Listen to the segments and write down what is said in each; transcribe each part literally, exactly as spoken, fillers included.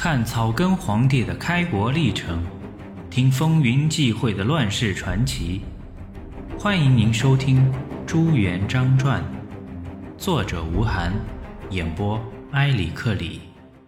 看草根皇帝的开国历程，听风云际会的乱世传奇。欢迎您收听《朱元璋传》，作者吴晗，演播埃里克里。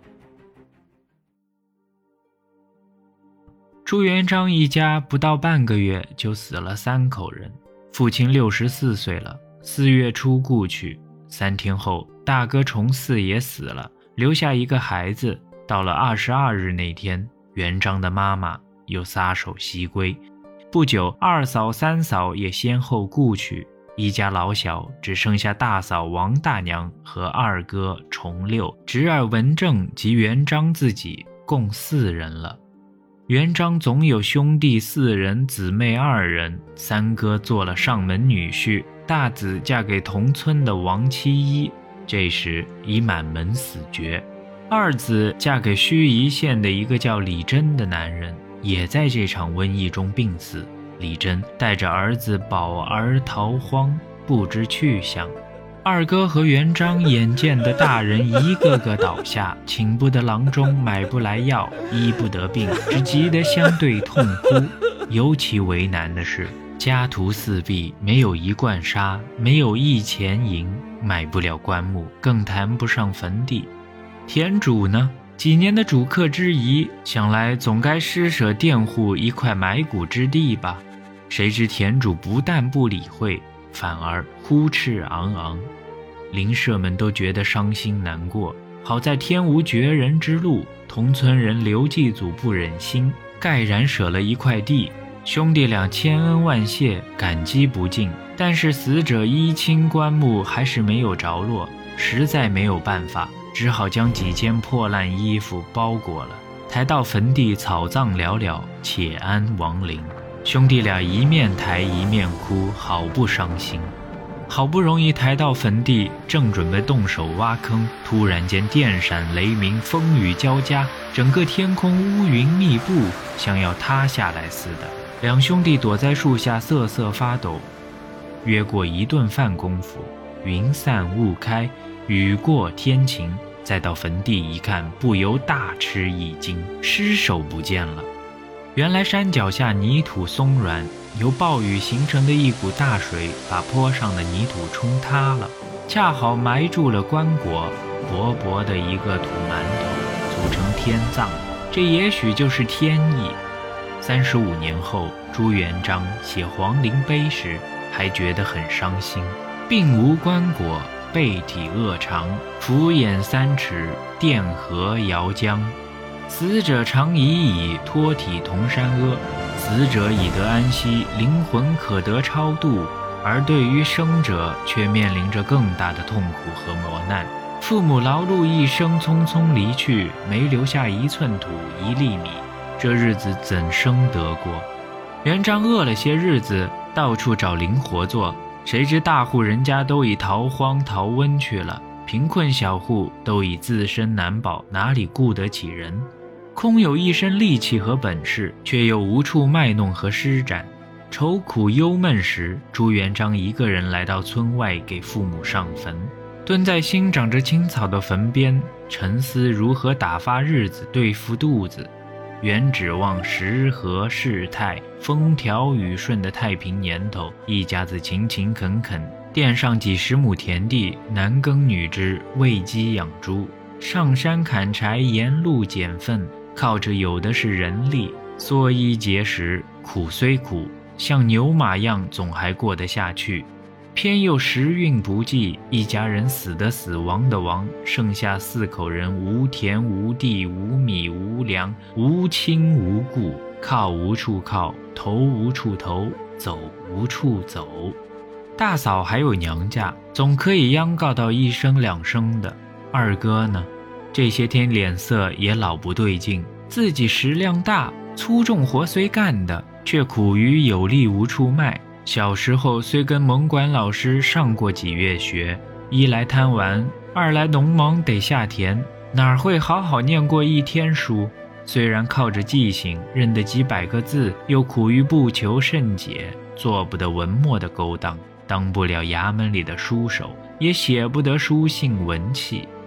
朱元璋一家不到半个月就死了三口人，父亲六十四岁了，四月初故去。三天后，大哥崇嗣也死了，留下一个孩子。到了二十二日那天，元璋的妈妈又撒手西归。不久，二嫂三嫂也先后故去，一家老小只剩下大嫂王大娘和二哥崇六、侄儿文正及元璋自己，共四人了。元璋总有兄弟四人，姊妹二人，三哥做了上门女婿，大子嫁给同村的王七一，这时已满门死绝。二子嫁给盱眙县的一个叫李真的男人，也在这场瘟疫中病死。李真带着儿子宝儿逃荒，不知去向。二哥和元璋眼见的大人一个个倒下，请不得郎中，买不来药，医不得病，只急得相对痛哭。尤其为难的是，家徒四壁，没有一贯纱，没有一钱银，买不了棺木，更谈不上坟地。田主呢，几年的主客之谊，想来总该施舍佃户一块埋骨之地吧。谁知田主不但不理会，反而呼斥昂昂。邻舍们都觉得伤心难过，好在天无绝人之路，同村人刘继祖不忍心，盖然舍了一块地。兄弟俩千恩万谢，感激不尽，但是死者衣亲棺木还是没有着落，实在没有办法，只好将几件破烂衣服包裹了，抬到坟地草葬了了，且安亡灵。兄弟俩一面抬一面哭，好不伤心。好不容易抬到坟地，正准备动手挖坑，突然间电闪雷鸣，风雨交加，整个天空乌云密布，像要塌下来似的。两兄弟躲在树下瑟瑟发抖。约过一顿饭功夫，云散雾开，雨过天晴，再到坟地一看，不由大吃一惊，尸首不见了。原来山脚下泥土松软，由暴雨形成的一股大水把坡上的泥土冲塌了，恰好埋住了棺椁，薄薄的一个土馒头，组成天葬。这也许就是天意。三十五年后，朱元璋写皇陵碑时还觉得很伤心，并无棺椁，背体恶长，俯眼三尺，电河遥江。死者常已矣，脱体同山阿。死者已得安息，灵魂可得超度，而对于生者却面临着更大的痛苦和磨难。父母劳碌一生，匆匆离去，没留下一寸土一粒米，这日子怎生得过？元璋饿了些日子，到处找零活做，谁知大户人家都已逃荒逃瘟去了，贫困小户都已自身难保，哪里顾得起人？空有一身力气和本事，却又无处卖弄和施展。愁苦忧闷时，朱元璋一个人来到村外给父母上坟，蹲在新长着青草的坟边，沉思如何打发日子对付肚子。原指望时和世态，风调雨顺的太平年头，一家子勤勤恳恳，垫上几十亩田地，男耕女织，喂鸡养猪，上山砍柴，沿路捡粪，靠着有的是人力，缩衣节食，苦虽苦，像牛马样总还过得下去。偏又时运不济，一家人死的死，亡的亡，剩下四口人无田无地无米无粮，无亲无故，靠无处靠，投无处投，走无处走。大嫂还有娘家，总可以央告到一声两声的。二哥呢，这些天脸色也老不对劲，自己食量大，粗重活虽干的，却苦于有力无处卖。小时候虽跟蒙管老师上过几月学，一来贪玩，二来农忙得下田，哪会好好念过一天书？虽然靠着记性认得几百个字，又苦于不求甚解，做不得文墨的勾当，当不了衙门里的书手，也写不得书信文气。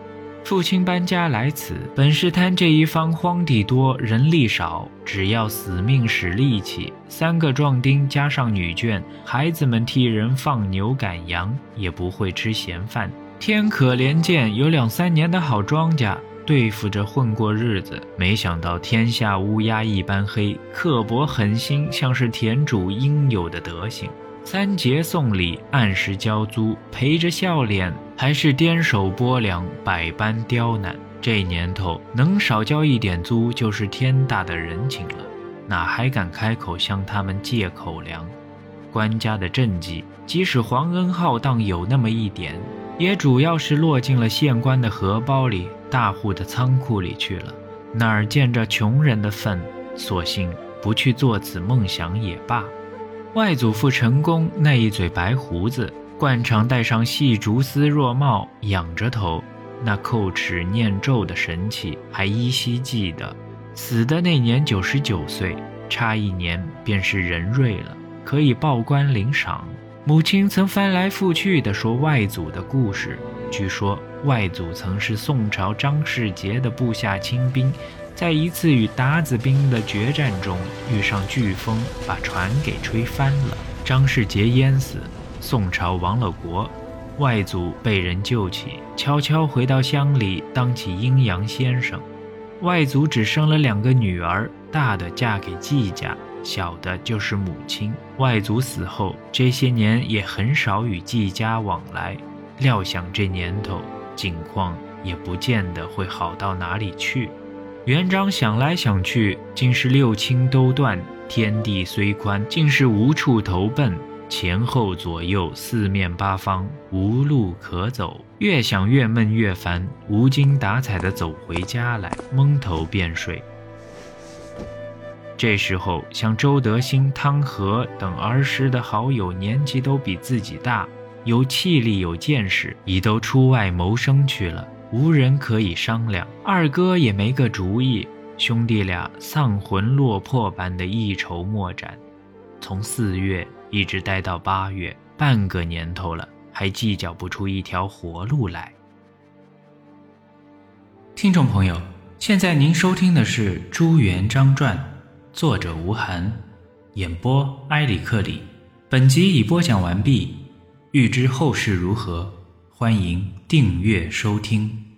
父亲搬家来此，本是贪这一方荒地多人力少，只要死命使力气，三个壮丁加上女眷，孩子们替人放牛赶羊，也不会吃闲饭。天可怜见有两三年的好庄稼，对付着混过日子，没想到天下乌鸦一般黑，刻薄狠心，像是田主应有的德行。三节送礼，按时交租，陪着笑脸，还是颠手拨粮，百般刁难。这年头能少交一点租就是天大的人情了，哪还敢开口向他们借口粮？官家的政绩，即使皇恩浩荡有那么一点，也主要是落进了县官的荷包里，大户的仓库里去了，哪儿见着穷人的份，索性不去做此梦想也罢。外祖父陈公那一嘴白胡子，惯常戴上细竹丝弱帽，仰着头，那叩齿念咒的神气还依稀记得。死的那年九十九岁，差一年便是人瑞了，可以报官领赏。母亲曾翻来覆去地说外祖的故事，据说外祖曾是宋朝张世杰的部下亲兵，在一次与鞑子兵的决战中遇上飓风，把船给吹翻了，张世杰淹死，宋朝亡了国。外祖被人救起，悄悄回到乡里当起阴阳先生。外祖只生了两个女儿，大的嫁给季家，小的就是母亲。外祖死后，这些年也很少与季家往来，料想这年头境况也不见得会好到哪里去。元璋想来想去，竟是六亲都断，天地虽宽，竟是无处投奔，前后左右四面八方无路可走，越想越闷越烦，无精打采地走回家来，蒙头便睡。这时候像周德兴、汤和等儿时的好友，年纪都比自己大，有气力有见识，已都出外谋生去了，无人可以商量。二哥也没个主意，兄弟俩丧魂落魄般的一筹莫展，从四月一直待到八月，半个年头了，还计较不出一条活路来。 听众朋友，现在您收听的是《朱元璋传》，作者吴晗，演播埃里克里。本集已播讲完毕，欲知后事如何，欢迎订阅收听。